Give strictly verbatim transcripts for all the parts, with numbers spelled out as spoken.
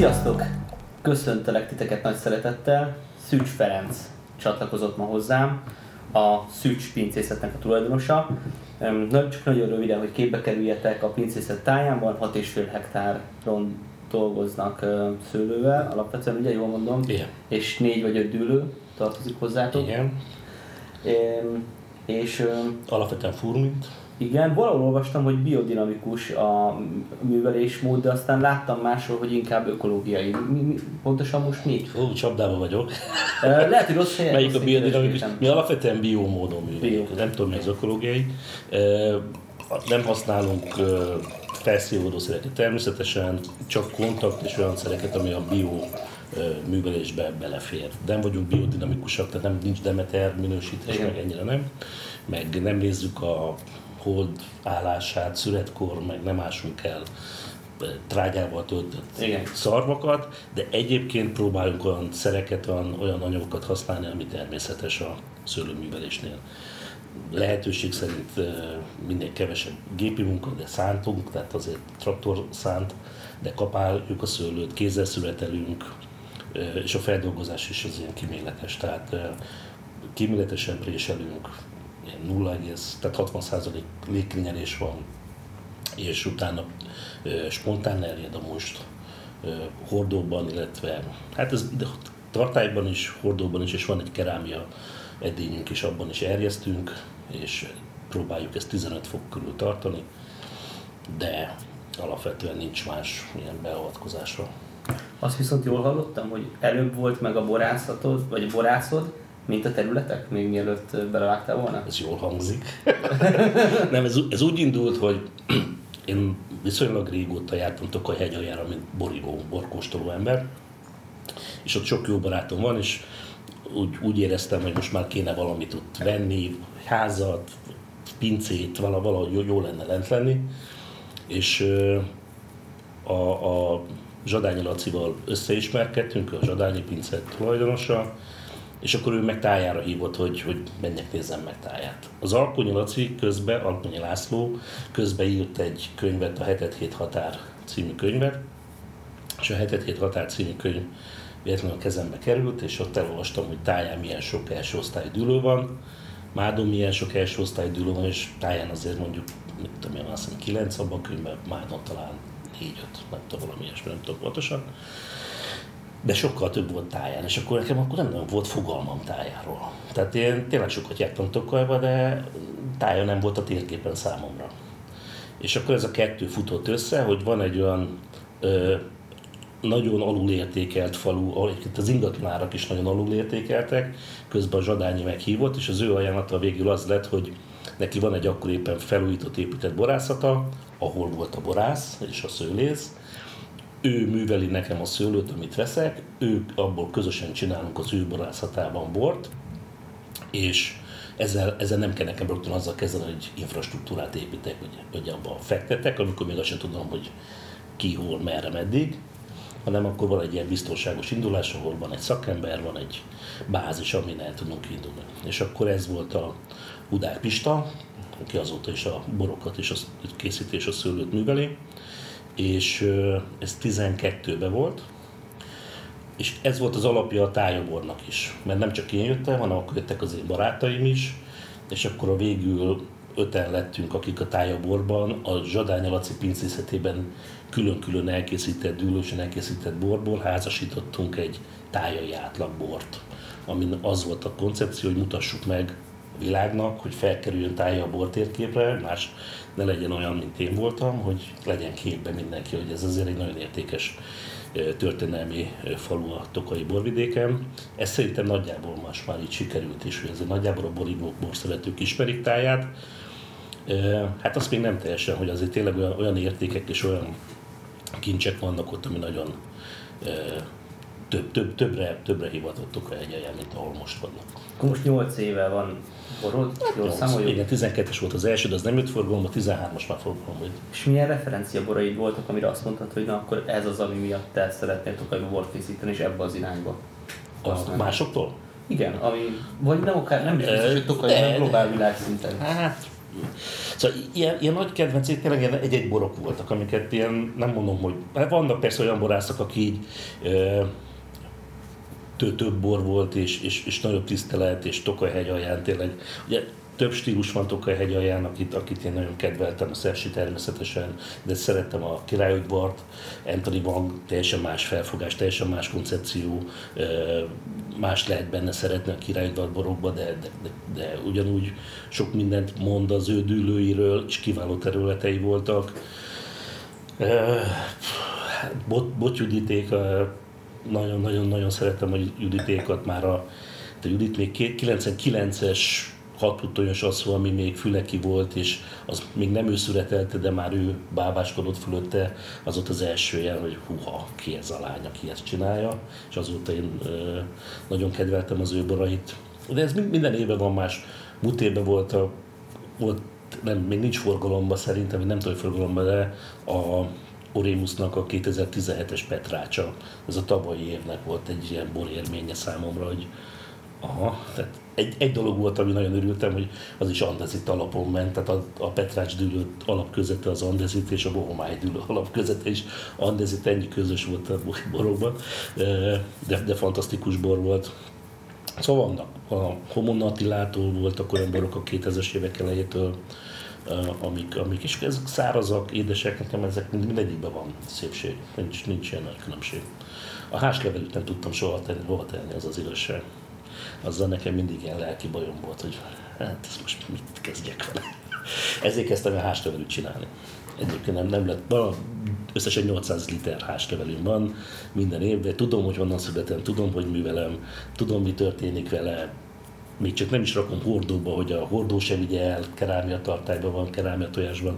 Sziasztok! Köszöntelek titeket nagy szeretettel. Szűcs Ferenc csatlakozott ma hozzám, a Szűcs pincészetnek a tulajdonosa. Csak nagyon röviden, hogy képbe kerüljetek, a pincészet tájában hat és fél hektáron dolgoznak szőlővel, alapvetően ugye jól mondom, igen. És négy vagy öt dűlő tartozik hozzátok. Igen. És alapvetően furmint. Igen, valahol olvastam, hogy biodinamikus a művelésmód, de aztán láttam máshol, hogy inkább ökológiai. Mi, mi, pontosan most mi? Ó, csapdába vagyok. Lehet, hogy rossz helyen. Melyik a biodinamikus? Mi alapvetően biomódon műveljük. Bio. Nem tudom, mi az ökológiai. Nem használunk felszívódószereket természetesen, csak kontakt és olyan szereket, ami a bio művelésbe belefér. Nem vagyunk biodinamikusak, tehát nem, nincs Demeter minősítés, igen. Meg ennyire nem. Meg nem nézzük a hold állását, születkor, meg nem ásunk el trágyával töltött igen. szarvakat, de egyébként próbálunk olyan szereket, olyan, olyan anyagokat használni, ami természetes a szőlőművelésnél. Lehetőség szerint minél kevesebb gépi munka, de szántunk, tehát azért traktor szánt, de kapáljuk a szőlőt, kézzel születelünk, és a feldolgozás is az ilyen kíméletes, tehát kíméletesen préselünk, nulla egész, tehát hatvan százalék légkrinyelés van, és utána e, spontán erjed a most e, hordóban, illetve hát ez tartályban is, hordóban is, és van egy kerámia edényünk is, abban is erjesztünk, és próbáljuk ezt tizenöt fok körül tartani, de alapvetően nincs más ilyen beavatkozásra. Azt viszont jól hallottam, hogy előbb volt meg a borászatod, vagy a borászod, mint a területek, még mielőtt belevágtál volna? Ez jól hangzik. Nem, ez, ez úgy indult, hogy én viszonylag régóta jártam Tokaj-hegy aljára, mint borívó, borkóstoló ember, és ott sok jó barátom van, és úgy, úgy éreztem, hogy most már kéne valamit ott venni, házat, pincét, valahogy jó, jó lenne lent lenni, és a, a Zsadányi Lacival összeismerkedtünk, a Zsadányi pince tulajdonosa, és akkor ő meg tájára hívott, hogy, hogy menjek nézzem meg táját. Az Alkonyi Laci közben, Alkonyi László közben írt egy könyvet, a hetet hét határ című könyvet, és a hetet hét határ című könyv véletlenül a kezembe került, és ott elolvastam, hogy táján milyen sok első osztály dűlő van, Mádon milyen sok első osztály dűlő van, és táján azért mondjuk, mit tudom én, azt hiszem kilenc abban a könyvben, Mádon talán négy-öt, nem tudom, valami ilyesmi, nem tudom pontosan. De sokkal több volt táján, és akkor nekem akkor nem nagyon volt fogalmam tájáról. Tehát én tényleg sokat jártam Tokajba, de tája nem volt a térképen számomra. És akkor ez a kettő futott össze, hogy van egy olyan ö, nagyon alulértékelt falu, itt az ingatlanárak is nagyon alulértékeltek, közben a Zsadányi meghívott, és az ő ajánlata végül az lett, hogy neki van egy akkor éppen felújított, épített borászata, ahol volt a borász és a szőlész. Ő műveli nekem a szőlőt, amit veszek, ők abból közösen csinálunk az ő borászatában bort, és ezzel, ezzel nem kell nekem rögtön azzal kezdeni, hogy infrastruktúrát építek, hogy, hogy abba fektetek, amikor még azt sem tudom, hogy ki, hol, merre, meddig, hanem akkor van egy ilyen biztonságos indulás, ahol van egy szakember, van egy bázis, amin el tudunk indulni. És akkor ez volt a Udár Pista, aki azóta is a borokat és a készítés, a szőlőt műveli, és ez tizenkettőben volt, és ez volt az alapja a tájabornak is, mert nem csak én jöttem, hanem akkor jöttek az én barátaim is, és akkor a végül öten lettünk, akik a tájaborban, a Zsadányi Laci pincészetében külön-külön elkészített, dűlősen elkészített borból házasítottunk egy tájai átlagbort, amin az volt a koncepció, hogy mutassuk meg a világnak, hogy felkerüljön tája a bortérképre, más ne legyen olyan, mint én voltam, hogy legyen képben mindenki, hogy ez azért egy nagyon értékes történelmi falu a tokaji borvidéken. Ez szerintem nagyjából most már így sikerült is, hogy azért nagyjából a borívók, borszeretők ismerik táját. Hát azt még nem teljesen, hogy azért tényleg olyan, olyan értékek és olyan kincsek vannak ott, ami nagyon több, több, többre, többre hivatott Tokaj-hegyen, mint ahol most vannak. Most nyolc éve van borod, jól számoljuk? Igen, tizenkettes volt az első, de az nem jött forgalomba, tizenhármas már forgalomba. És milyen referencia boraid voltak, amire azt mondtad, hogy na akkor ez az, ami miatt te szeretnél Tokajba bort készíteni, és ebbe az irányba? A másoktól? Igen, ami, vagy nem akár, nem biztos, hogy Tokaj, hanem globál világszinten. Hát, Szóval ilyen, ilyen nagy kedvencék tényleg ilyen egy-egy borok voltak, amiket ilyen, nem mondom, hogy... Hát vannak persze olyan borászok, aki így e, tő, több bor volt, és, és, és nagyobb tisztelet, és Tokaj-hegy alján tényleg... Ugye, több stílus van Tokaj-hegy alján, akit, akit én nagyon kedveltem, a Szersi természetesen, de szerettem a Királyudvart, Anthony Wang, teljesen más felfogás, teljesen más koncepció, más lehet benne szeretni a Királyudvar borokba, de, de, de, de ugyanúgy sok mindent mond az ő dűlőiről, és kiváló területei voltak. Bot, Bot Juditék, nagyon-nagyon-nagyon szerettem a Juditékat, már a, a Judit még kilencvenkilences hatputtonyos asszó, ami még Füleki volt, és az még nem ő születelte, de már ő bábáskodott fölötte, az ott az első jel, hogy húha, ki ez a lány, aki ezt csinálja, és azóta én ö, nagyon kedveltem az ő borait. De ez minden évben van más. Múlt évben volt, a, volt nem, még nincs forgalomban szerintem, nem tudom, hogy forgalomban, de a Orémusnak a kétezer-tizenhetes Petrácsa, ez a tavalyi évnek volt egy ilyen borélménye számomra, hogy aha, tehát egy, egy dolog volt, ami nagyon örültem, hogy az is andezit alapon ment, tehát a, a Petrács dűlő alapközete az andezit, és a Bohomály dűlő alapközete is andezit, ennyi közös volt a borokban, de, de fantasztikus bor volt. Szóval vannak, a Homon Attilától voltak olyan borok a kétezres évek elejétől, amik, amik is ezek szárazak, édesek, nekem ezek mindegyikben van szépség, nincs, nincs ilyen nagy különbség. A házlevelűt nem tudtam soha tenni, hova tenni, az az igazság. Azzal nekem mindig ilyen lelki bajom volt, hogy hát ezt most mit kezdjek vele. Ezért kezdtem a házlevelűt csinálni. Egyébként nem, nem lett, van összesen nyolcszáz liter házlevelőm van minden évben, tudom, hogy honnan születem, tudom, hogy művelem, tudom, mi történik vele, még csak nem is rakom hordóba, hogy a hordó se vigye el, kerámia tartályban van, kerámia tojásban.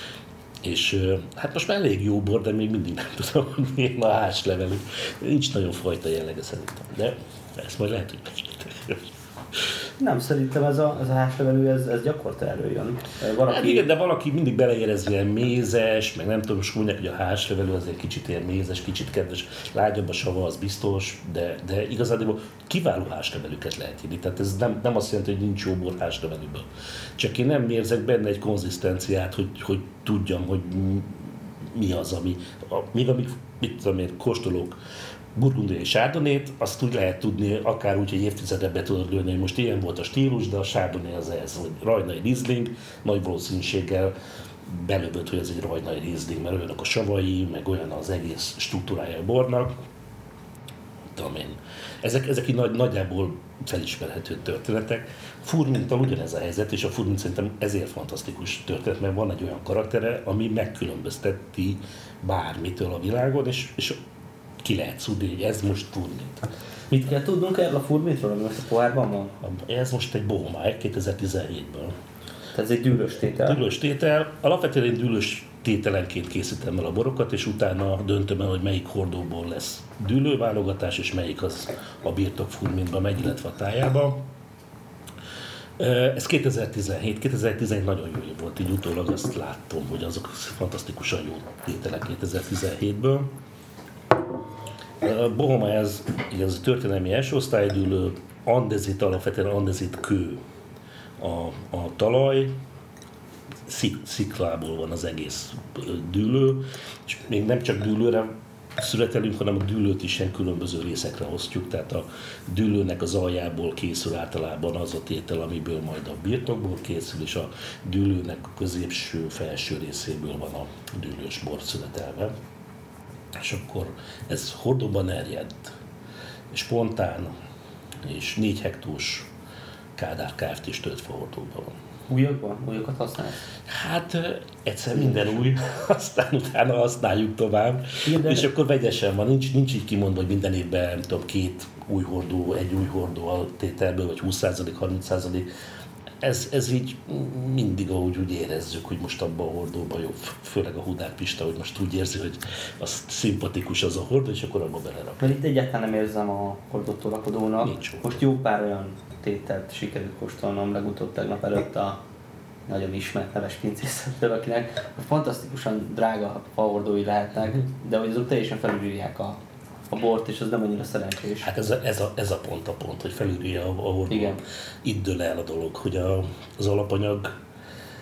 És hát most már elég jó bor, de még mindig nem tudom, hogy milyen a házlevelű. Nincs nagyon fajta jellege szerintem, de ezt majd lehet, hogy megítek. Nem, szerintem ez a, ez a házlevelű, ez, ez gyakorta előjön. Valaki... Hát igen, de valaki mindig beleérez ilyen mézes, meg nem tudom, most mondják, hogy a házlevelű azért kicsit ilyen mézes, kicsit kedves, lágyabb a sava, az biztos, de, de igazából kiváló házlevelűket lehet írni. Tehát ez nem, nem azt jelenti, hogy nincs jó bor házlevelűből. Csak én nem érzek benne egy konzisztenciát, hogy, hogy tudjam, hogy mi az, ami, a, még amíg, mit tudom én, kóstolok burgundiai sárdonét, azt úgy lehet tudni, akár úgy, hogy évtizedre be tudod lőni, hogy most ilyen volt a stílus, de a sárdoné az ez, hogy rajnai Riesling, nagy valószínűséggel belövöd, hogy ez egy rajnai Riesling, mert olyanok a savai, meg olyan az egész struktúrája a bornak. Tudom én. Ezek, ezek így nagy, nagyjából felismerhető történetek. Furmintal ugyanez a helyzet, és a Furmint szerintem ezért fantasztikus történet, mert van egy olyan karaktere, ami megkülönbözteti bármitől a világon, és, és ki lehet szúrni, hogy ez most Furmint. Mit kell tudnunk erről a Furmintról, ami most a pohárban van? Ez most egy Bohomály kétezer-tizenhétből. Tehát ez egy dűlős tétel? Dűlős tétel. Alapvetően én dűlős tételenként készítem el a borokat, és utána döntöm el, hogy melyik hordóból lesz dűlőválogatás, és melyik az a birtok Furmintba megy, illetve a tájába. Ez kétezer-tizenhét, kétezer-tizenhét nagyon jó év volt, így utólag azt láttam, hogy azok fantasztikusan jó tételek kétezer-tizenhétből. A Bohomály ez, ez a történelmi első osztálydűlő, andezit, alapvetően andezit kő a, a talaj, szik, sziklából van az egész dűlő, és még nem csak dűlőre születelünk, hanem a dűlőt is ilyen különböző részekre osztjuk, tehát a dűlőnek az aljából készül általában az a tétel, amiből majd a birtokból készül, és a dűlőnek a középső, felső részéből van a dűlős bor születelve. És akkor ez hordóban erjedt, spontán, és négy hektós Kádár Kft-s töltve hordóban van. Újakban? Újakat használsz? Hát egyszer minden új, aztán utána használjuk tovább, igen, de... és akkor vegyesen van, nincs, nincs így kimondva, hogy minden évben nem tudom, két új hordó, egy új hordó a tételből, vagy húsz százalék, harminc százalék. Ez, ez így mindig ahogy úgy érezzük, hogy most abban a hordóban jó, főleg a Hudák Pista, hogy most úgy érzi, hogy az szimpatikus az a hordó, és akkor abba belerak. Mert itt egyáltalán nem érzem a hordótól rakodónak. Nincs. Most jó pár olyan tételt sikerült kóstolnom legutóbb tegnap előtt a nagyon ismert neves pincészettől, akinek fantasztikusan drága fahordói lehetnek, de hogy azok teljesen felülírják a a bort, és az nem annyira szerencsés. Hát ez a, ez a, ez a pont a pont, hogy felülírja a, a hordó. Igen. Itt dől el a dolog, hogy a, az alapanyag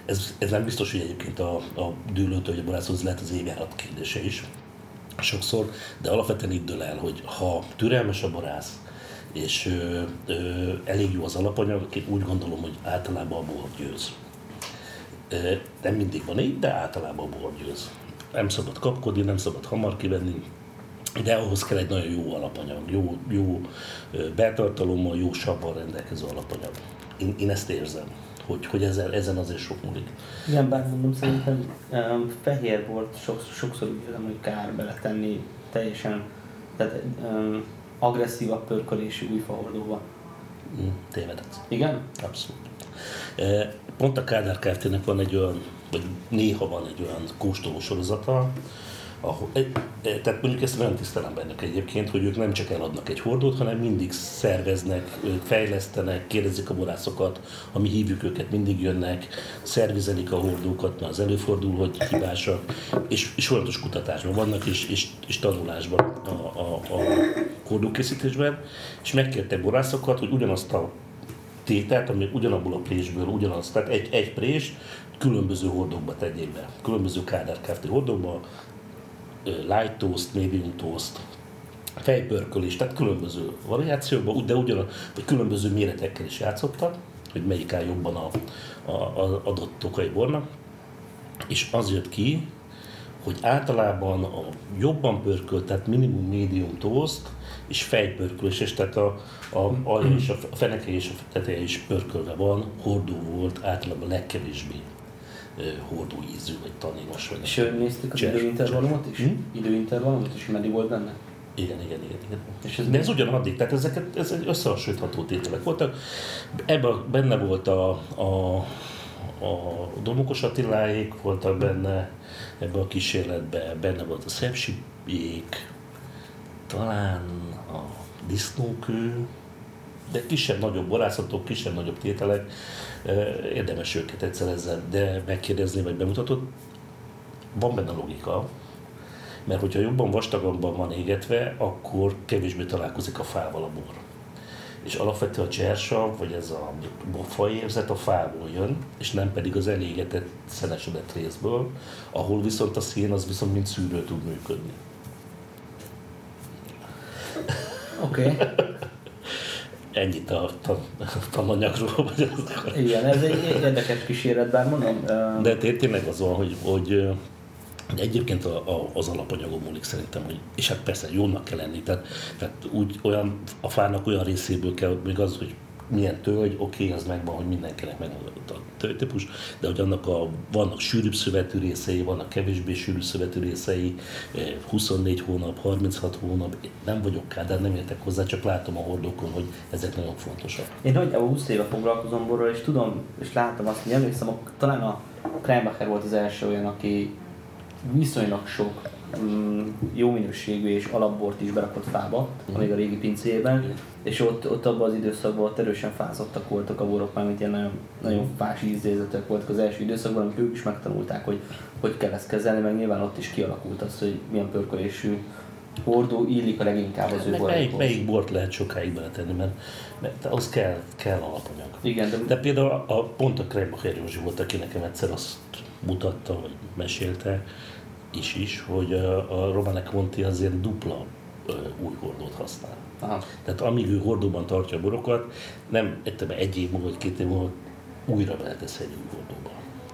ez, ez nem biztos, hogy egyébként a, a dűlőtől, vagy a borászhoz lehet az évjárat kérdése is sokszor, de alapvetően itt dől el, hogy ha türelmes a borász, és ö, ö, elég jó az alapanyag, én úgy gondolom, hogy általában a bor győz. Ö, nem mindig van így, de általában a bor győz. Nem szabad kapkodni, nem szabad hamar kivenni, de ahhoz kell egy nagyon jó alapanyag, jó, jó beltartalommal, jó savval rendelkező alapanyag. Én, én ezt érzem, hogy, hogy ezen, ezen azért sok múlik. Igen, bár mondom, szerintem um, fehér volt, sokszor, sokszor úgy érzem, hogy kár beletenni teljesen, tehát um, agresszívabb pörkölésű új fahordóba. Mm, tévedetsz. Igen? Abszolút. Pont a Kádár Kft-nek van egy olyan, vagy néha van egy olyan kóstoló sorozata, ahol, tehát mondjuk ezt olyan tisztelem bennük egyébként, hogy ők nem csak eladnak egy hordót, hanem mindig szerveznek, fejlesztenek, kérdezik a borászokat, ha mi hívjuk őket, mindig jönnek, szervizelik a hordókat, mert az előfordul, hogy hibásak, és, és folyamatos kutatásban vannak, és, és, és tanulásban a, a, a hordókészítésben, és megkértek borászokat, hogy ugyanazt a tételt, ami ugyanabból a présből, ugyanazt, tehát egy, egy prés különböző hordókba tegyék be, különböző Kádár Kft. Hordókba, light toast, medium toast, fejpörkölés, tehát különböző variációkban, de ugyan, vagy különböző méretekkel is játszottak, hogy melyik áll jobban a, a, a adott tokai bornak, és az jött ki, hogy általában a jobban pörkölt, tehát minimum medium toast, és fejpörkölés, és tehát a, a alja és a feneke és a teteje is pörkölve van, hordó volt általában legkevésbé hordó ízű, vagy taninos. Vagy és néztük az időintervallumot is? Hmm? Időintervallumot is, meddig volt benne? Igen, igen, igen. igen. És ez de ez ugyanaddig, tehát ezeket, ez egy összehasonlítható tételek voltak. Ebben benne volt a, a, a Domokos Attiláék, voltak benne ebben a kísérletben, benne volt a Szepsijék, talán a disznókő, de kisebb-nagyobb borászatok, kisebb-nagyobb tételek, érdemes őket egyszer ezzel de megkérdezni, vagy bemutatott. Van benne logika, mert hogyha jobban vastagabban van égetve, akkor kevésbé találkozik a fával a bor. És alapvetően a csersav, vagy ez a faérzet a fából jön, és nem pedig az elégetett, szenesedett részből, ahol viszont a szén az viszont mint szűrő tud működni. Oké. Okay. Ennyit a tananyagról. Igen, ez egy érdekes kísérlet, bár mondom. Uh... De tényleg az van, hogy, hogy egyébként a, a, az alapanyagon múlik szerintem, hogy, és hát persze jónak kell lenni, tehát, tehát úgy olyan, a fának olyan részéből kell, még az, hogy milyen tölgy, oké, okay, az megvan, hogy mindenkinek megvan a tölgytípus, de hogy annak a, vannak sűrűbb szövetű részei, vannak kevésbé sűrű szövetű részei, huszonnégy hónap, harminchat hónap, nem vagyok Kádár, nem értek hozzá, csak látom a hordókon, hogy ezek nagyon fontosak. Én nagyjából húsz éve foglalkozom borral, és tudom, és látom azt, hogy emlékszem, talán a Krembacher volt az első olyan, aki viszonylag sok mm, jó minőségű és alapbort is berakott fába, mm. amíg a régi pincéjében, mm. és ott, ott abban az időszakban ott erősen fázottak voltak a borok, mármint ilyen nagyon, nagyon fás ízérzetek voltak az első időszakban, amikor ők is megtanulták, hogy hogy kell ezt kezelni, meg nyilván ott is kialakult az, hogy milyen pörkölésű hordó illik a leginkább az ő borokhoz. Melyik, melyik bort lehet sokáig beletenni, mert, mert az kell, kell alapanyag. Igen, de... de például a, pont a Krembacher Józsi volt, aki nekem egyszer azt mutatta, vagy mesélte is is, hogy a, a Romane Conti azért dupla ö, új hordót használ. Aha. Tehát amíg ő hordóban tartja a borokat, nem egy év múlva vagy két év múlva újra beletesz egy új hordóba.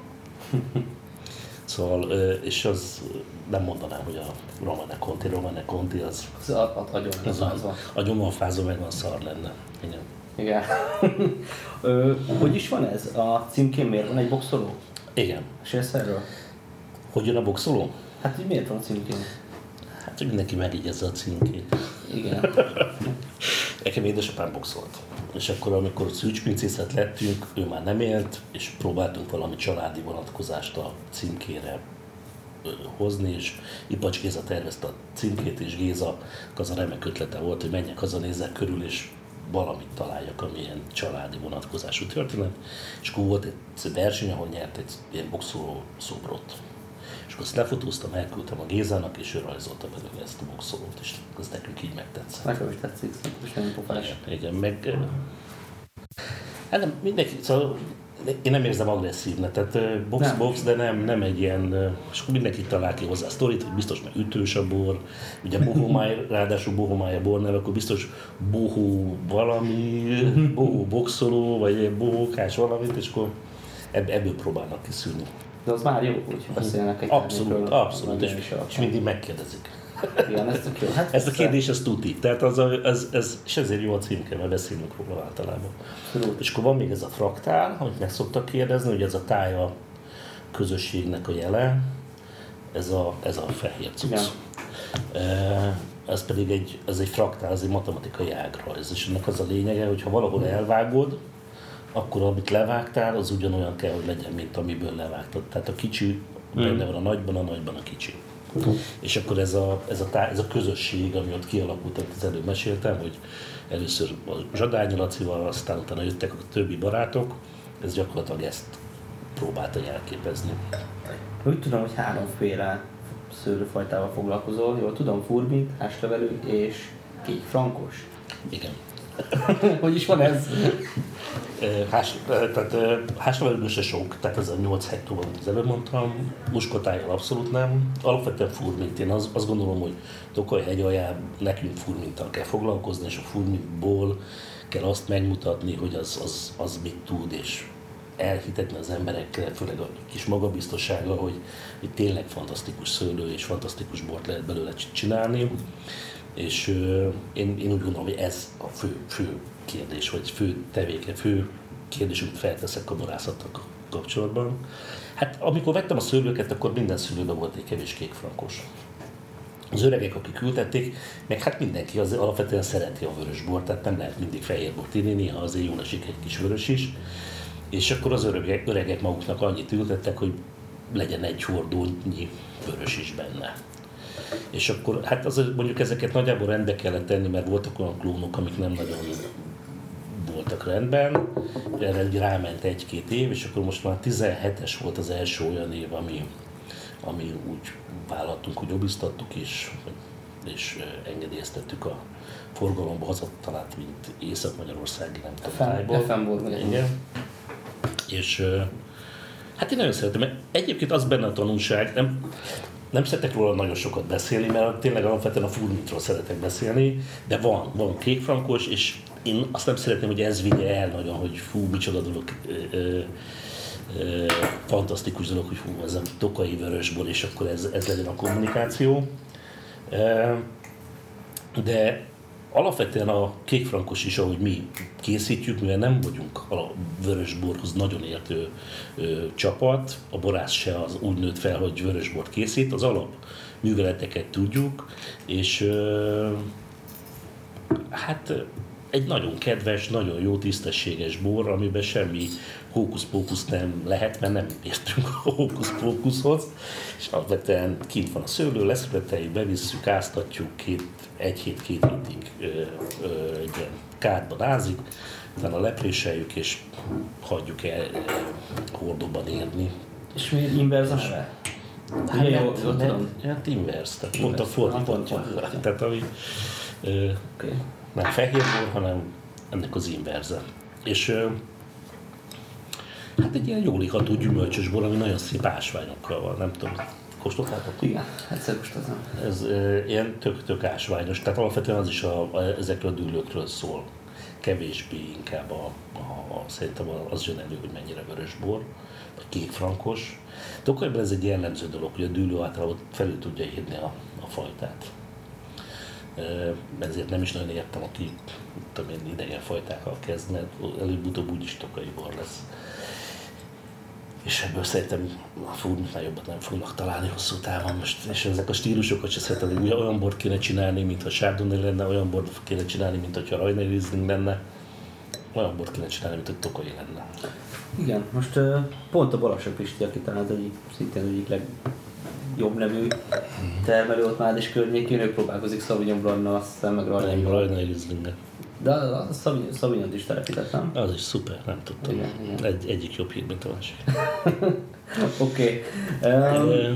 Szóval, és az nem mondanám, hogy a Romane Conti, Romane Conti az... Az a, a, agyon van fázva. Agyon van fázva, meg van szar lenne. Igen. Igen. Ö, hogy is van ez? A címkén miért van egy boxoló? Igen. Sérsz erről? Hogy jön a boxoló? Hát, hogy miért van a címkén? Hát, hogy mindenki megigyezze a címkét. Igen. Nekem édesapám boxolt. És akkor, amikor szűcspincészet lettünk, ő már nem élt, és próbáltunk valami családi vonatkozást a címkére hozni, és Ipacs Géza tervezte a címkét, és Géza az a remek ötlete volt, hogy menjek haza, nézzek körül, és valamit találjak, ami ilyen családi vonatkozású történet. És akkor volt egy verseny, ahol nyert egy ilyen boxoló szobrot. És akkor azt lefotóztam, elküldtem a Gézának, és ő rajzolta belőle ezt a boxolót, és az nekünk így megtetszett. Nekem is tetszik, és nem pofás. Igen, igen, meg... Hát nem, mindenki, szóval én nem érzem agresszívnek, tehát box-box, de nem, nem egy ilyen, és akkor mindenki talál ki hozzá a sztorit, hogy biztos meg ütős a bor, ugye bohomály, ráadásul bohomály a bornál, akkor biztos bohó valami, bohó boxoló, vagy bohókás valamit, és akkor ebből próbálnak kiszűrni. De az már jó, hogyha beszélnek egy Abszolút, abszolút, és, és mindig megkérdezik. Igen, ez tök jó. Hát ezt a kérdés, ez tuti. Tehát az, a, ez, ez, és ezért jó a címke, mert beszélünk róla általában. Abszolút. És akkor van még ez a fraktál, amit meg szoktak kérdezni, hogy ez a táj a közösségnek a jele, ez a, ez a fehér cucc. E, ez pedig egy, ez egy fraktál, ez egy matematikai ágrajz, és ennek az a lényege, hogy ha valahol elvágod, akkor amit levágtál, az ugyanolyan kell, hogy legyen, mint amiből levágtad. Tehát a kicsi benne van a nagyban, a nagyban a kicsi. Uh-huh. És akkor ez a, ez, a tá, ez a közösség, ami ott kialakult, amit az előbb meséltem, hogy először a Zsadányi Lacival, aztán utána jöttek a többi barátok, ez gyakorlatilag ezt próbálta jelképezni. Úgy tudom, hogy háromféle szőlőfajtával foglalkozol, jól tudom, furbint, házlevelű és kék frankos. Igen. Hogy is van ez? Hás, tehát házlevelőből se sok, tehát ez a nyolc hektó, amit az előbb mondtam, muskotájjal abszolút nem. Alapvetően furmint. Én az, azt gondolom, hogy Tokaj hegy alján nekünk furminttal kell foglalkozni, és a furmintból kell azt megmutatni, hogy az, az, az mit tud, és elhitetni az emberekre, főleg a kis magabiztossága, hogy, hogy tényleg fantasztikus szőlő és fantasztikus bort lehet belőle csinálni. És euh, én, én úgy gondolom, hogy ez a fő, fő kérdés, vagy fő tevéke, fő kérdés, amit felteszek a borászattal kapcsolatban. Hát amikor vettem a szőlőket, akkor minden szőlőben volt egy kevés kékfrankos. Az öregek, akik ültették, meg hát mindenki az alapvetően szereti a vörös bort, tehát nem lehet mindig fehér bort írni, néha azért jól esik egy kis vörös is. És akkor az öregek, öregek maguknak annyit ültettek, hogy legyen egy hordónyi vörös is benne. És akkor hát az, mondjuk ezeket nagyjából rendbe kellett tenni, mert voltak olyan klónok, amik nem nagyon voltak rendben, erre ráment egy-két év, és akkor most már tizenhetes volt az első olyan év, ami, ami úgy vállaltunk, hogy obiztattuk, és, és engedélyeztettük a forgalomba hazatalált, mint Észak-Magyarországi, nem tudom, tájból. Igen. És hát én nagyon szeretem, mert egyébként az benne a tanulság, nem, nem szeretek róla nagyon sokat beszélni, mert tényleg alapvetően a furmintról szeretek beszélni, de van, van kékfrankos, és én azt nem szeretném, hogy ez vigye el nagyon, hogy fú, micsoda dolog, ö, ö, ö, fantasztikus dolog, hogy fú, ez a tokai vörösbor, és akkor ez, ez legyen a kommunikáció. De alapvetően a kékfrankos is, ahogy mi készítjük, mivel nem vagyunk a vörösborhoz nagyon értő ö, csapat, a borász se az úgy nőtt fel, hogy vörösbort készít, az alap műveleteket tudjuk, és ö, hát egy nagyon kedves, nagyon jó, tisztességes bor, amiben semmi hókusz-pókusz nem lehet, mert nem értünk a hókusz-pókuszhoz, és alapvetően kint van a szőlő, leszületeljük, bevisszük, áztatjuk, két, egy hét, két hétig ö, ö, egy ilyen kádban ázik, utána lepréseljük, és hagyjuk el ö, hordóban érni. És miért inverz a neve? Hát, jó, jó, tudom. Hát inverz, tehát pont a fordítva. Tehát ami ö, okay. Nem fehér bor, hanem ennek az inverze. És ö, hát egy ilyen jól iható gyümölcsös bor, ami nagyon szép ásványokkal van, nem tudom. Kóstoltátok? Igen, egyszer kóstoltam. Ez e, ilyen tök-tök ásványos, tehát alapvetően az is a, a, ezekről a dűlőkről szól. Kevésbé inkább a, a, a, szerintem az jön elő, hogy mennyire vörös bor, vagy kékfrankos. Tokajban ez egy jellemző dolog, hogy a dűlő általában felül tudja írni a, a fajtát. E, ezért nem is nagyon értem, aki tudom én, idegen fajtákkal kezd, mert előbb-utóbb úgyis tokai bor lesz. És ebből szerintem a furmintnál jobbat nem fognak találni hosszú távon most. És ezek a stílusokat sem szeretem, hogy olyan bort kéne csinálni, mintha Chardonnay lenne, olyan bort kéne csinálni, mint hogyha Rajnai Riesling lenne, olyan bort kéne csinálni, mint hogy Tokai lenne. Igen, most uh, pont a Balassa Pisti, aki talán az egyik, szintén egyik legjobb nevű termelő ott Mád és környékén, ő próbálkozik Sauvignon Blanc-nal, azt hiszem, meg Rajnai Rieslinggel. De a Sauvignont is telepítettem. Az is szuper, nem tudtam. Igen, igen. Egy, egyik jobb hír, mint a másik. Oké. Okay. Um,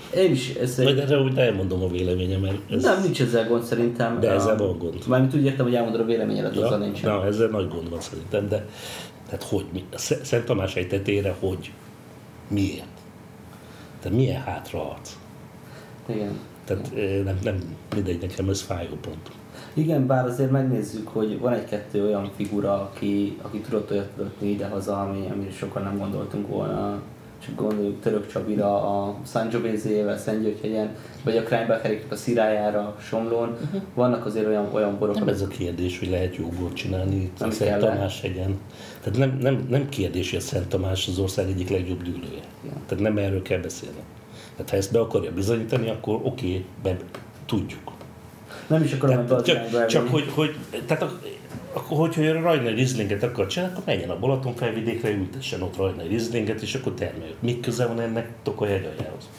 Én is. Ez Majd egy... erre úgy elmondom a véleményem, mert ez... Nem, nincs ezzel gond szerintem. De ezzel van gond. Mármint úgy értem, hogy elmondod a véleményedet, ja, azzal nincsen. Na, ezzel nagy gond van szerintem, de tehát hogy, mi, Szent Tamás ejtetére, hogy miért? Tehát milyen hátraarc? Igen. Tehát nem, nem mindegy, nekem ez fájó pont. Igen, bár azért megnézzük, hogy van egy-kettő olyan figura, aki, aki tudott olyat adni idehaza, ami, amire sokan nem gondoltunk volna. Csak gondoljuk Török Csabira, a Sangiovese-vel Szentgyörgyhegyen, vagy a Kreinbacheriknek a Szirályára, Somlón. Uh-huh. Vannak azért olyan, olyan borok, nem ez a kérdés, hogy lehet jó bort csinálni a Szent kell Tamás hegyen. Tehát nem, nem, nem kérdés, hogy a Szent Tamás az ország egyik legjobb dűlője. Ja. Tehát nem erről kell beszélni. Tehát ha ezt be akarja bizonyítani, akkor oké, okay, tudjuk. Nem is akarom tehát, csak, csak hogy, hogy, tehát akkor, hogyha a Rajnai Rieslinget akar csinálni, akkor menjen a Balaton felvidékre, ültessen ott Rajnai Rieslinget, és akkor termeljük. Mik köze van ennek Tokaj-hegyaljához?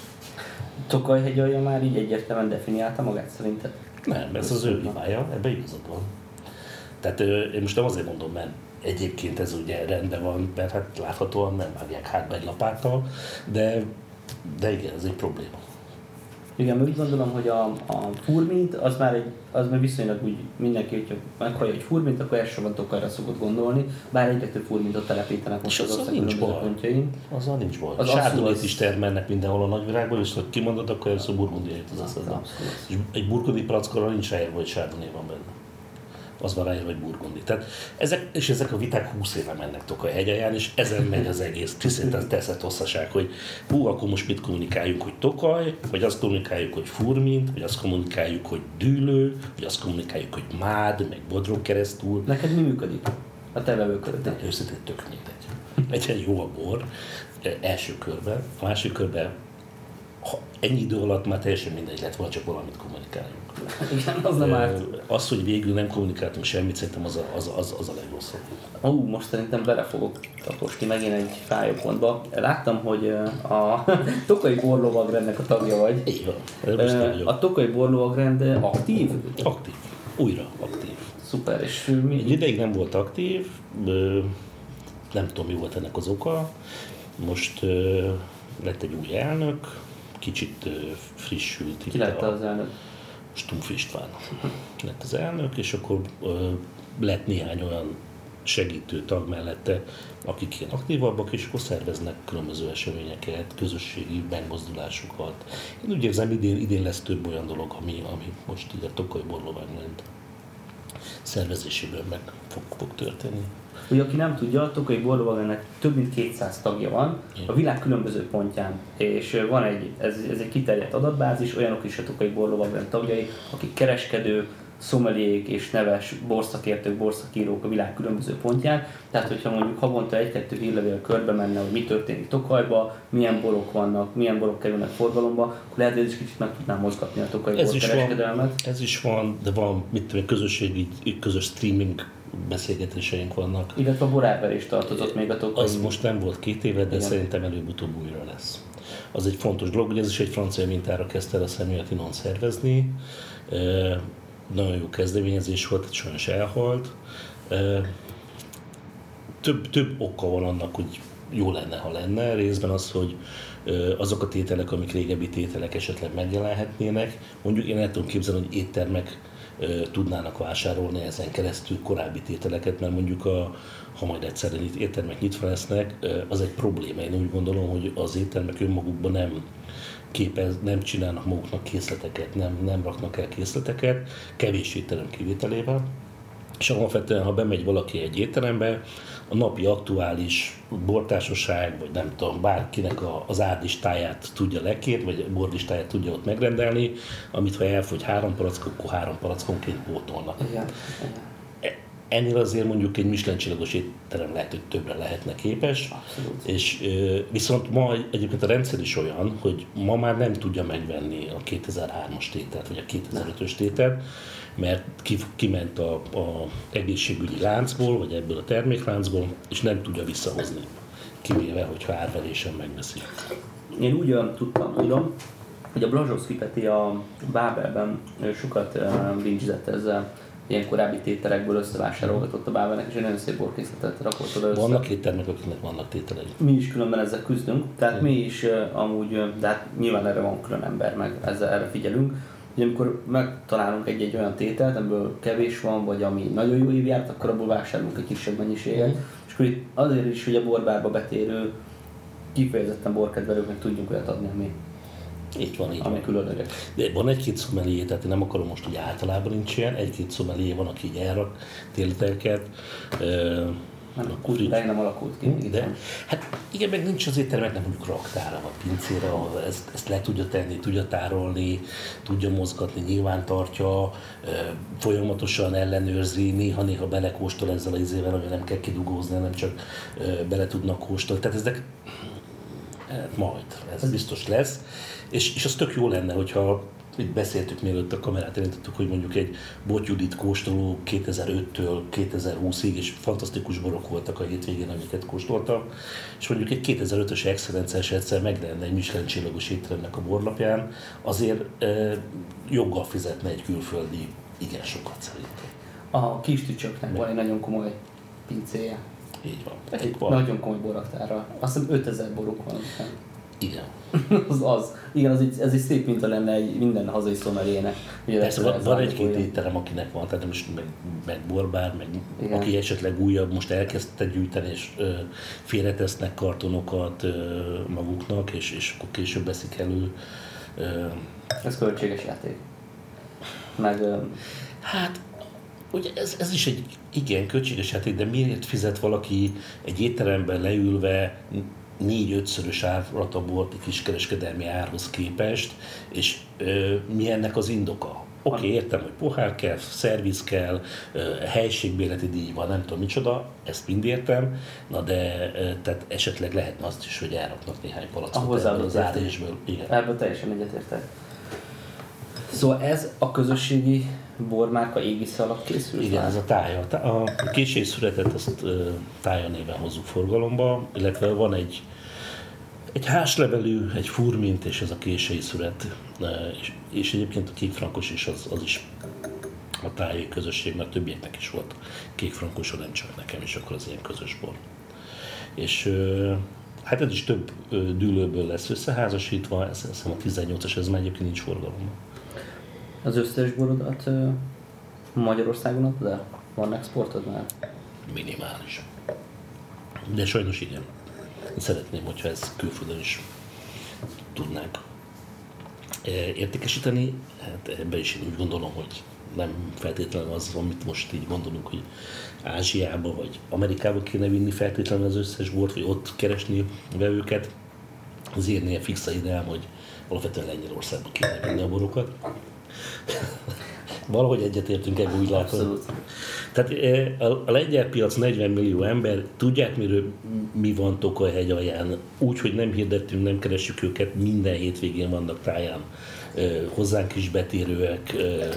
Tokaj-hegyalja már így egyértelműen definiálta magát szerinted? Nem, ez az ő hibája, ebben igazad van. Tehát én most nem azért mondom, mert egyébként ez ugye rendben van, mert hát láthatóan nem vágják hátba egy lapáttal, de, de igen, ez egy probléma. Igen, úgy gondolom, hogy a, a furmint, az már, egy, az már viszonylag úgy mindenki, hogyha meghallja egy furmint, akkor elsősorban Tokajra szokott gondolni, bár egyre több furmintot telepítenek most az ország különböző pontjain. Azzal nincs baj. Az Sárdonét az... is termelnek mindenhol a nagyvilágban, és hogy kimondod, akkor ez a burgundi jött az eszedbe. Egy burgundi palackorral nincs ráírva, hogy Chardonnay van benne. Az van ráírva, hogy burgundi. Tehát ezek, és ezek a viták húsz éve mennek Tokaj-hegyalján, és ezen megy az egész. Tisztelt teszett hosszaság, hogy hú, akkor most mit kommunikáljunk, hogy Tokaj, vagy azt kommunikáljuk, hogy furmint, vagy azt kommunikáljuk, hogy dűlő, vagy azt kommunikáljuk, hogy mád, meg Bodrog keresztül. Neked mi működik? A te vevőköröd. Őszintén tök mindegy. Egyen jó a bor, első körben, a másik körben, ha ennyi idő alatt már teljesen mindegy lett volna, csak valamit kommunikáljunk. Igen, az nem árt. Az, hogy végül nem kommunikáltunk semmit, szerintem az a, az, az, az a legrosszabb. Ó, uh, most szerintem bele fogok taposni megint egy fájó pontba. Láttam, hogy a Tokai Borlovagrendnek a tagja vagy. Így van. A Tokai Borlovagrend aktív? Aktív. Újra aktív. Szuper. És mi... Egy ideig nem volt aktív, nem tudom, mi volt ennek az oka. Most lett egy új elnök, kicsit frissült. Ki lett az elnök? Stumpf István lett az elnök, és akkor lett néhány olyan segítő tag mellette, akik ilyen aktívabbak, és akkor szerveznek különböző eseményeket, közösségi megmozdulásokat. Én úgy érzem, idén, idén lesz több olyan dolog, ami, ami most így a Tokai Borlovagrend szervezésében meg fog, fog történni. Ugye, aki nem tudja, a Tokai Borlovagrendnek több mint kétszáz tagja van a világ különböző pontján, és van egy, ez, ez egy kiterjedt adatbázis, olyanok is a Tokai Borlovagrend tagjai, akik kereskedők, szomeliék és neves borszakértők, borszakírók a világ különböző pontján. Tehát, hogyha mondjuk havonta egy-kettő hírlevél körbe menne, hogy mi történik Tokajba, milyen borok vannak, milyen borok kerülnek forgalomba, akkor lehet, hogy ez is kicsit meg tudnám mozgatni a tokai borkereskedelmet. Ez is van, de van, mit tudom, közösségi, közös streaming beszélgetéseink vannak. Illetve a borárverés tartozott még a Tokai. Az most nem volt két éve, de igen, szerintem előbb-utóbb újra lesz. Az egy fontos dolog, hogy ez is egy francia mintára kezdte el a Semilletinon szervezni. E, nagyon jó kezdeményezés volt, sajnos elhalt. E, több, több oka van annak, hogy jó lenne, ha lenne. Részben az, hogy azok a tételek, amik régebbi tételek esetleg megjelenhetnének. Mondjuk én el tudom képzelni, hogy éttermek tudnának vásárolni ezen keresztül korábbi tételeket, mert mondjuk a, ha majd egyszerűen itt éttermek nyitva lesznek, az egy probléma. Én úgy gondolom, hogy az éttermek önmagukban nem képez, nem csinálnak maguknak készleteket, nem, nem raknak el készleteket, kevés étterem kivételével. És alapvetően, ha bemegy valaki egy étterembe, a napi aktuális bortársaság, vagy nem tudom, bárkinek a, az árlistáját tudja lekérni, vagy a borlistáját tudja ott megrendelni, amit ha elfogy három palack, akkor három palackonként pótolnak. Igen. Ennél azért mondjuk egy Michelin-csillagos étterem lehet, hogy többre lehetne képes. Abszolút. És viszont ma egyébként a rendszer is olyan, hogy ma már nem tudja megvenni a kétezer-hármas tételt, vagy a kétezer-ötös tételt, mert kiment a, a egészségügyi láncból, vagy ebből a termékláncból, és nem tudja visszahozni, kivéve, hogyha árverésen megveszi. Én úgy olyan tudtam, tudom, hogy a Blazsowski Peti a Bábelben sokat uh, bincsizett ezzel, ilyen korábbi tételekből összevásárolgatott a Bábernek, és egy nagyon szép borkészletet rakott oda össze. Vannak éttermek, akiknek vannak tételei. Mi is különben ezzel küzdünk, tehát mi is uh, amúgy, uh, de hát nyilván erre van külön ember, meg ezzel erre figyelünk, hogy amikor megtalálunk egy-egy olyan tételt, amiből kevés van, vagy ami nagyon jó évjárt, akkor abból vásárolunk egy kisebb mennyiséget. Mm. És akkor itt azért is, hogy a borbárba betérő, kifejezetten borkedvelőknek tudjunk olyat adni, ami, így van, így ami van. különleges. De van egy-két szomelié, tehát én nem akarom most, hogy általában nincs ilyen, egy-két szomelié van, aki így elrak tételeket. Nem, a kultúrája nem alakult ki. De, hát igen, meg nincs az étteremnek mondjuk raktára, vagy pincére, ahol ezt, ezt le tudja tenni, tudja tárolni, tudja mozgatni, nyilván tartja, folyamatosan ellenőrzi, néha-néha belekóstol ezzel az izével, hogy nem kell kidugózni, nem csak bele tudnak kóstolni. Tehát ezek hát majd, ez biztos lesz. És, és az tök jó lenne, hogyha itt beszéltük, mielőtt a kamerát elindítottuk, hogy mondjuk egy Botjudit kóstoló kétezer-öttől kétezer-húszig, és fantasztikus borok voltak a hétvégén, amiket kóstoltam, és mondjuk egy kétezer-ötös excellenciás egyszer meglenne egy Michelin csillagos étteremnek a borlapján, azért e, joggal fizetne egy külföldi igen sokat szerintem. A kis tücsöknek van egy nagyon komoly pincéje. Így van. Egy van. nagyon komoly boraktárral. Azt hiszem ötezer boruk van. Igen. az az. Igen, az egy, ez egy szép minta lenne egy minden hazai szomeliének. Persze van, van egy-két étterem, akinek van, tehát most meg, meg borbár, meg igen. Aki esetleg újabb, most elkezdte gyűjteni, és ö, félretesznek kartonokat ö, maguknak, és, és akkor később veszik elő. Ö, ez költséges játék. Meg... Ö, hát, ugye ez, ez is egy igen költséges játék, de miért fizet valaki egy étteremben leülve négy-ötszörös árat a bort egy kiskereskedelmi árhoz képest, és ö, mi ennek az indoka? Oké, okay, értem, hogy pohár kell, szerviz kell, ö, helységbérleti díj van, nem tudom micsoda, ezt mind értem, na de ö, tehát esetleg lehetne azt is, hogy elraknak néhány palackot ebből az árésből. Ebből teljesen egyetértek. Szóval ez a közösségi bormárka égisze alatt készül? Igen, ez a tája. A készségszüretet azt tája néven hozzuk forgalomba, illetve van egy, egy házlevelű, egy furmint, és ez a késői szüret. És, és egyébként a kékfrankos is, az, az is a tájai közösségnek, többieknek is volt kékfrankos, nem csak nekem is, akkor az ilyen közös bor. És hát ez is több dűlőből lesz összeházasítva, ez, ez a tizennyolcas, ez már egyébként nincs forgalomban. Az összes borodat uh, Magyarországon adod el? Van exportod már? Minimális. De sajnos igen. Szeretném, hogyha ezt külföldön is tudnánk értékesíteni. Hát ebben is én úgy gondolom, hogy nem feltétlenül az, amit most így gondolunk, hogy Ázsiába vagy Amerikába kéne vinni feltétlenül az összes bort, vagy ott keresni vevőket. Azért ilyen fixa ideám, hogy alapvetően Lengyelországba kéne vinni a borokat. Valahogy egyetértünk ebben, úgy látom. Abszolút. Tehát a lengyel piac negyven millió ember, tudják miről mi van Tokaj-hegy alján, úgy, hogy nem hirdettünk, nem keressük őket, minden hétvégén vannak táján. Hozzánk is betérőek,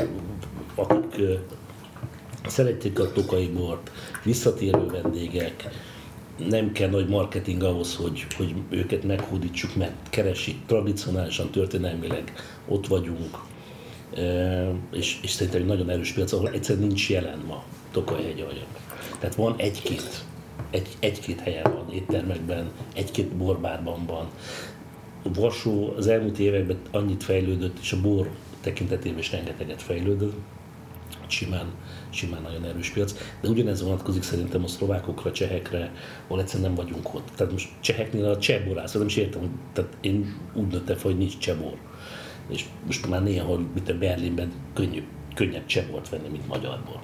akik szeretik a tokai bort, visszatérő vendégek, nem kell nagy marketing ahhoz, hogy, hogy őket meghódítsuk, mert keresik tradicionálisan, történelmileg ott vagyunk. E, és, és szerintem egy nagyon erős piac, ahol egyszerűen nincs jelen ma Tokaj-hegy alján. Tehát van egy-két, egy, egy-két helyen van, éttermekben, egy-két borbárban van. Varsó az elmúlt években annyit fejlődött, és a bor tekintetében is rengeteget fejlődött, simán, simán nagyon erős piac, de ugyanez vonatkozik szerintem a szlovákokra, csehekre, ahol egyszerűen nem vagyunk ott. Tehát most cseheknél a cseh borász, nem is értem, tehát én úgy nőttem fel, hogy nincs cseh bor. És most már néha, mint a Berlinben könnyű, könnyebb cseh bort venni, mint magyar bort.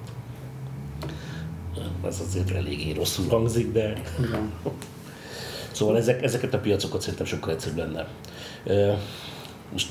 Ez azért eléggé rosszul hangzik, de... Igen. Szóval ezek, ezeket a piacokat szerintem sokkal egyszerűbb lenne. Most...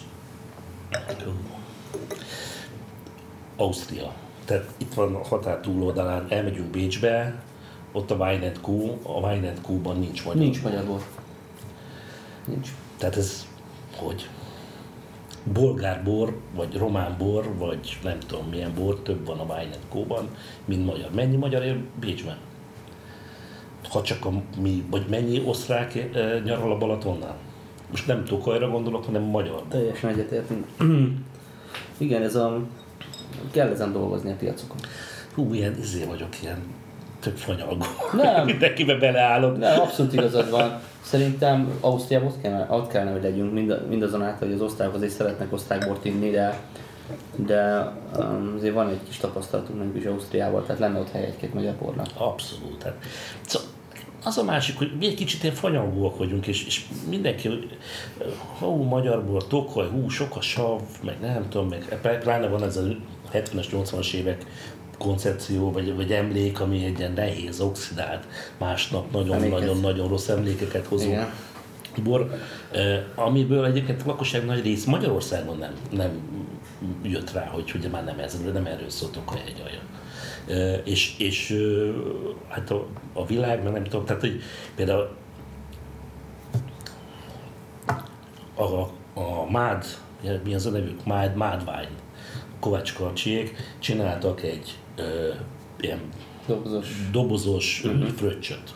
Ausztria. Tehát itt van a határ túloldalán, elmegyünk Bécsbe, ott a Wine and Co. A Wine and Co.ban nincs magyar. Nincs magyar bor. Nincs. Tehát ez hogy? Bolgár bor, vagy román bor, vagy nem tudom milyen bor, több van a Wine and Co.ban, mint magyar. Mennyi magyar él Bécsben? Ha csak a mi, vagy mennyi osztrák e, nyaral a Balatonnál? Most nem Tokajra gondolok, hanem magyar. Teljesen egyetértünk. Igen, ez a kell ezen dolgozni a piacokon. Hú, ilyen izé vagyok, ilyen tök fanyalgó. Nem. Mindenkibe beleállok. Nem, abszolút igazad van. Szerintem Ausztriában ott kellene, ott kellene, hogy legyünk, mind, mindazonáltal, hogy az osztrákok azért szeretnek osztrákbort inni, de, de um, azért van egy kis tapasztalatunk nekünk is Ausztriával, tehát lenne ott hely egy-két magyar bornak. Abszolút. Hát. Szóval az a másik, hogy mi egy kicsit ilyen fanyalgóak vagyunk, és, és mindenki, hú, magyar bor, Tokaj, hú, sok a sav, meg nem tudom, meg pláne van ez a hetvenes, nyolcvanas évek koncepció, vagy, vagy emlék, ami egy ilyen nehéz, oxidált, másnap nagyon-nagyon-nagyon rossz emlékeket hozó igen. bor, amiből egyébként a lakosság nagy rész Magyarországon nem, nem jött rá, hogy ugye már nem ez, nem erről szóltok a hegyalja. És, és hát a, a világ, meg nem tudom, tehát hogy például a, a MÁD, mi az a nevük? MÁD, MÁD Wine, Kovács Karcsiék csináltak egy ö, ilyen dobozos, dobozos uh-huh. fröccsöt.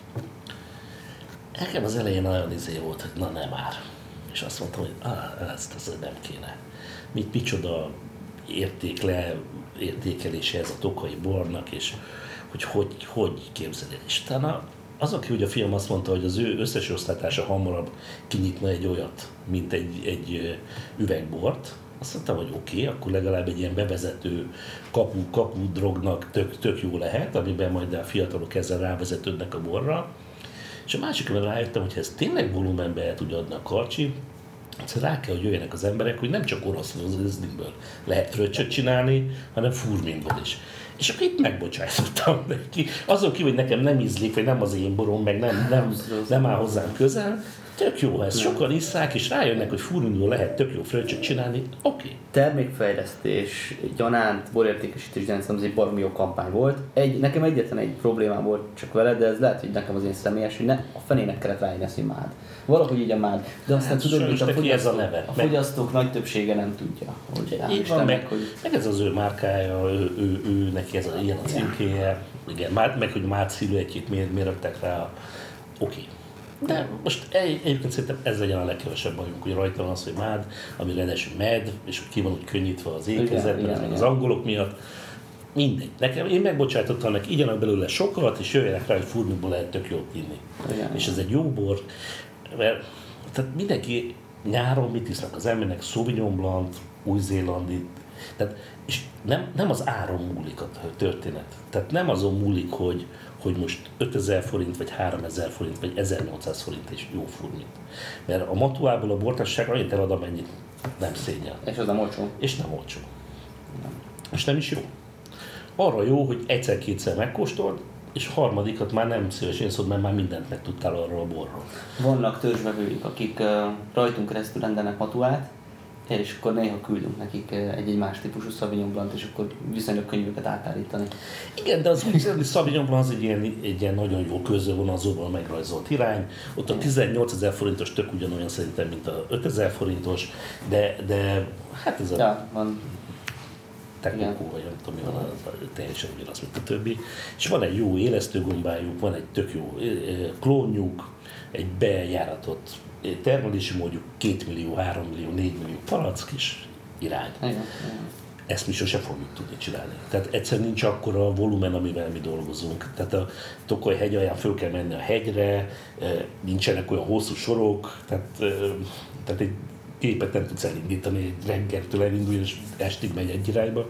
Nekem az elején nagyon izé volt, hogy na nem már. És azt mondtam, hogy ah, ezt, ezt nem kéne. Mit micsoda értékle, értékelése ez a tokai bornak, és hogy hogy, hogy képzeled. És utána az, aki ugye a film azt mondta, hogy az ő összes osztálytársa hamarabb kinyitna egy olyat, mint egy, egy üvegbort, azt mondtam, hogy oké, okay, akkor legalább egy ilyen bevezető kapu, kapu drognak tök, tök jó lehet, amiben majd a fiatalok ezzel rávezetődnek a borra. És a másik, amivel rájöttem, hogy ez tényleg volumenbe el tudja adni a Karcsi, egyszer rá kell, hogy jöjjenek az emberek, hogy nem csak orosz rozlinkből lehet fröccsöt csinálni, hanem furminból is. És akkor itt megbocsájtottam neki. Azon kívül, hogy nekem nem ízlik, vagy nem az én borom, meg nem, nem, nem áll hozzám közel, tök jó ez. Sokan isszák, és rájönnek, hogy furminból lehet tök jó fröccsöt csinálni, oké. Okay. Termékfejlesztés, gyanánt, borértékesítés gyanánt, ez egy baromi jó kampány volt. Egy, nekem egyetlen egy problémám volt csak vele, de ez lehet, hogy nekem az én személyes, hogy ne, a fenének kellett rájönni ezt, hogy mád. Valahogy így a mád. De aztán hát, tudod, hogy a, fogyasztó, a, a fogyasztók meg... nagy többsége nem tudja. Hogy így van, meg, hogy... meg ez az ő márkája, ő, ő, ő neki ez a, ilyen a címkéje, igen, meg hogy mád sziluettjét miért, miért rakták rá, oké. Okay. De most egy, egyébként szerintem ez legyen a legkevesebb bajunk, hogy rajta van az, hogy mád, ami ráadásul med, és hogy ki van úgy könnyítve az ékezet, meg az, az angolok miatt. Mindegy. Nekem, én megbocsátottam neki, igyanak belőle sokat, és jöjjenek rá, hogy furminból lehet tök jót inni. Igen, és ez egy jó bor, mert tehát mindenki nyáron mit isznak az embernek, Sauvignon Blanc, új-zélandi, tehát, és nem, nem az áron múlik a történet. Tehát nem azon múlik, hogy, hogy most ötezer forint, vagy háromezer forint, vagy ezernyolcszáz forint és jó furmint. Mert a Matuából a bortársaság annyit elad, amennyit nem szégyen. És az nem olcsó. És nem olcsó. Nem. És nem is jó. Arra jó, hogy egyszer-kétszer megkóstold, és harmadikat már nem szívesen szólod, mert már mindent megtudtál arról a borról. Vannak törzsvevőink, akik uh, rajtunk keresztül rendelnek Matuát, és akkor néha küldünk nekik egy-egy más típusú Sauvignon Blanc, és akkor viszonylag könnyű őket átállítani. Igen, de az úgynevezett Sauvignon Blanc az egy ilyen, egy ilyen nagyon jó közövonalzóval megrajzolt irány. Ott a tizennyolcezer forintos tök ugyanolyan szerintem, mint a ötezer forintos, de, de hát ez a... Ja, van. Tekokó, vagy nem tudom mi van, az teljesen ugyanaz, mint a többi. És van egy jó élesztőgombájuk, van egy tök jó klónjuk, egy bejáratott termelési módjuk, két millió, három millió, négy millió palack is irány. Igen, igen. Ezt mi sose fogjuk tudni csinálni. Tehát egyszer nincs akkora a volumen, amivel mi dolgozunk. Tehát a Tokaj hegy alján föl kell menni a hegyre, nincsenek olyan hosszú sorok, tehát, tehát egy gépet nem tudsz elindítani, reggeltől elindul, és estig megy egy irányba.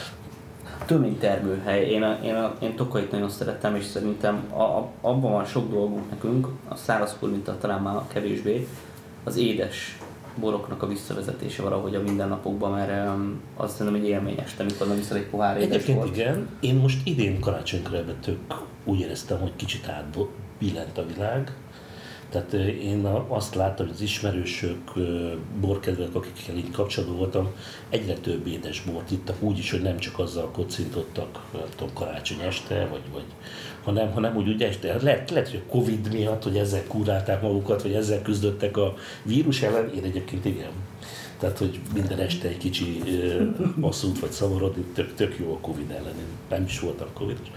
Töménytermőhely. Én, a, én, a, én Tokajt nagyon szeretem, és szerintem a, a, abban van sok dolgunk nekünk, a száraz furminttal talán már kevésbé, az édes boroknak a visszavezetése valahogy a mindennapokban, mert um, azt szerintem egy élmény este, amikor nem viszed egy pohár édes Egyébként bort. igen, én most idén karácsonykor ebben tök úgy éreztem, hogy kicsit átbillent a világ. Tehát én azt láttam, hogy az ismerősök, borkedvelők, akikkel így kapcsolatban voltam, egyre több édes bort ittak, úgyis, hogy nem csak azzal kocintottak, tudom, karácsony este, vagy, vagy, hanem, hanem úgy, úgy este. Lehet, lehet, hogy a Covid miatt, hogy ezzel kurálták magukat, vagy ezzel küzdöttek a vírus ellen, én egyébként igen. Tehát, hogy minden este egy kicsi asszút vagy szavarodni, tök, tök jó a Covid ellen, én nem is voltam Covid-os.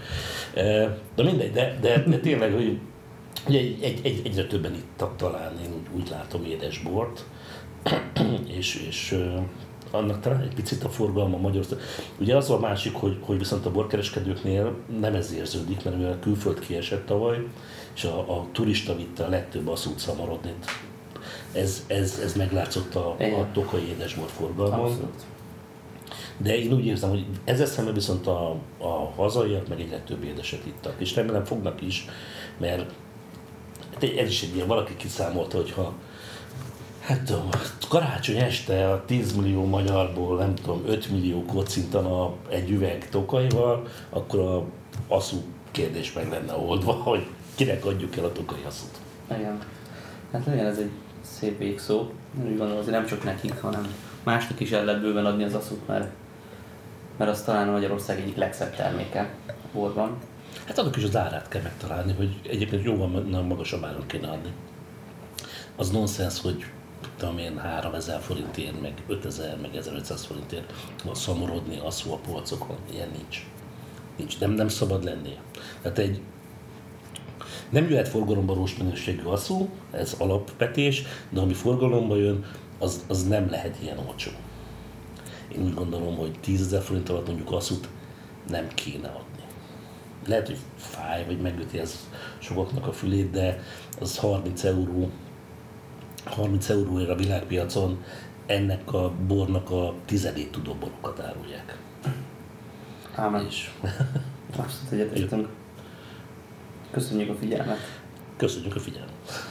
De mindegy, de, de, de tényleg, hogy Ugye egy, egy, egy, egyre többen ittak talán, én úgy látom, édes bort, és, és annak talán egy picit a forgalma Magyarország. Ugye az a másik, hogy, hogy viszont a borkereskedőknél nem ez érződik, mert mivel a külföld kiesett tavaly, és a, a turista vitte a legtöbb asszút szamarodnit. Ez, ez, ez meglátszott a, a tokai édesbor forgalmon. Abszolút. De én úgy érzem, hogy ezzel szemben viszont a, a hazaiak meg egyre több édeset ittak. És remélem fognak is, mert ez is egy ilyen, valaki kiszámolta, hogyha hát tudom, karácsony este a tíz millió magyarból, nem tudom, öt millió kocintana egy üveg tokaival, akkor a asszú kérdés meg lenne oldva, hogy kinek adjuk el a tokai asszút. Igen. Hát legyen ez egy szép végszó. Úgy gondolom, azért nem csak nekik, hanem másnak is el lehet bőven adni az asszút, mert, mert az talán Magyarország egyik legszebb terméke a borban. Hát annak is az árát kell megtalálni, hogy egyébként jóval magasabb áron kéne adni. Az nonsens, hogy tudom én háromezer forintért, meg ötezer, meg ezerötszáz forintért szamorodni asszú a polcokon. Ilyen nincs. nincs. Nem, nem szabad lennie. Tehát egy nem jöhet forgalomba rós minőségű asszú, ez alapvetés, de ami forgalomba jön, az, az nem lehet ilyen olcsó. Én úgy gondolom, hogy tízezer forint alatt mondjuk asszút nem kéne adni. Lehet, hogy fáj, vagy megüti ez sokaknak a fülét, de az harminc euró, harminc euróért a világpiacon ennek a bornak a tizedét tudó borokat árulják. Ámen. És Abszolút egyetértünk. Köszönjük a figyelmet. köszönjük a figyelmet.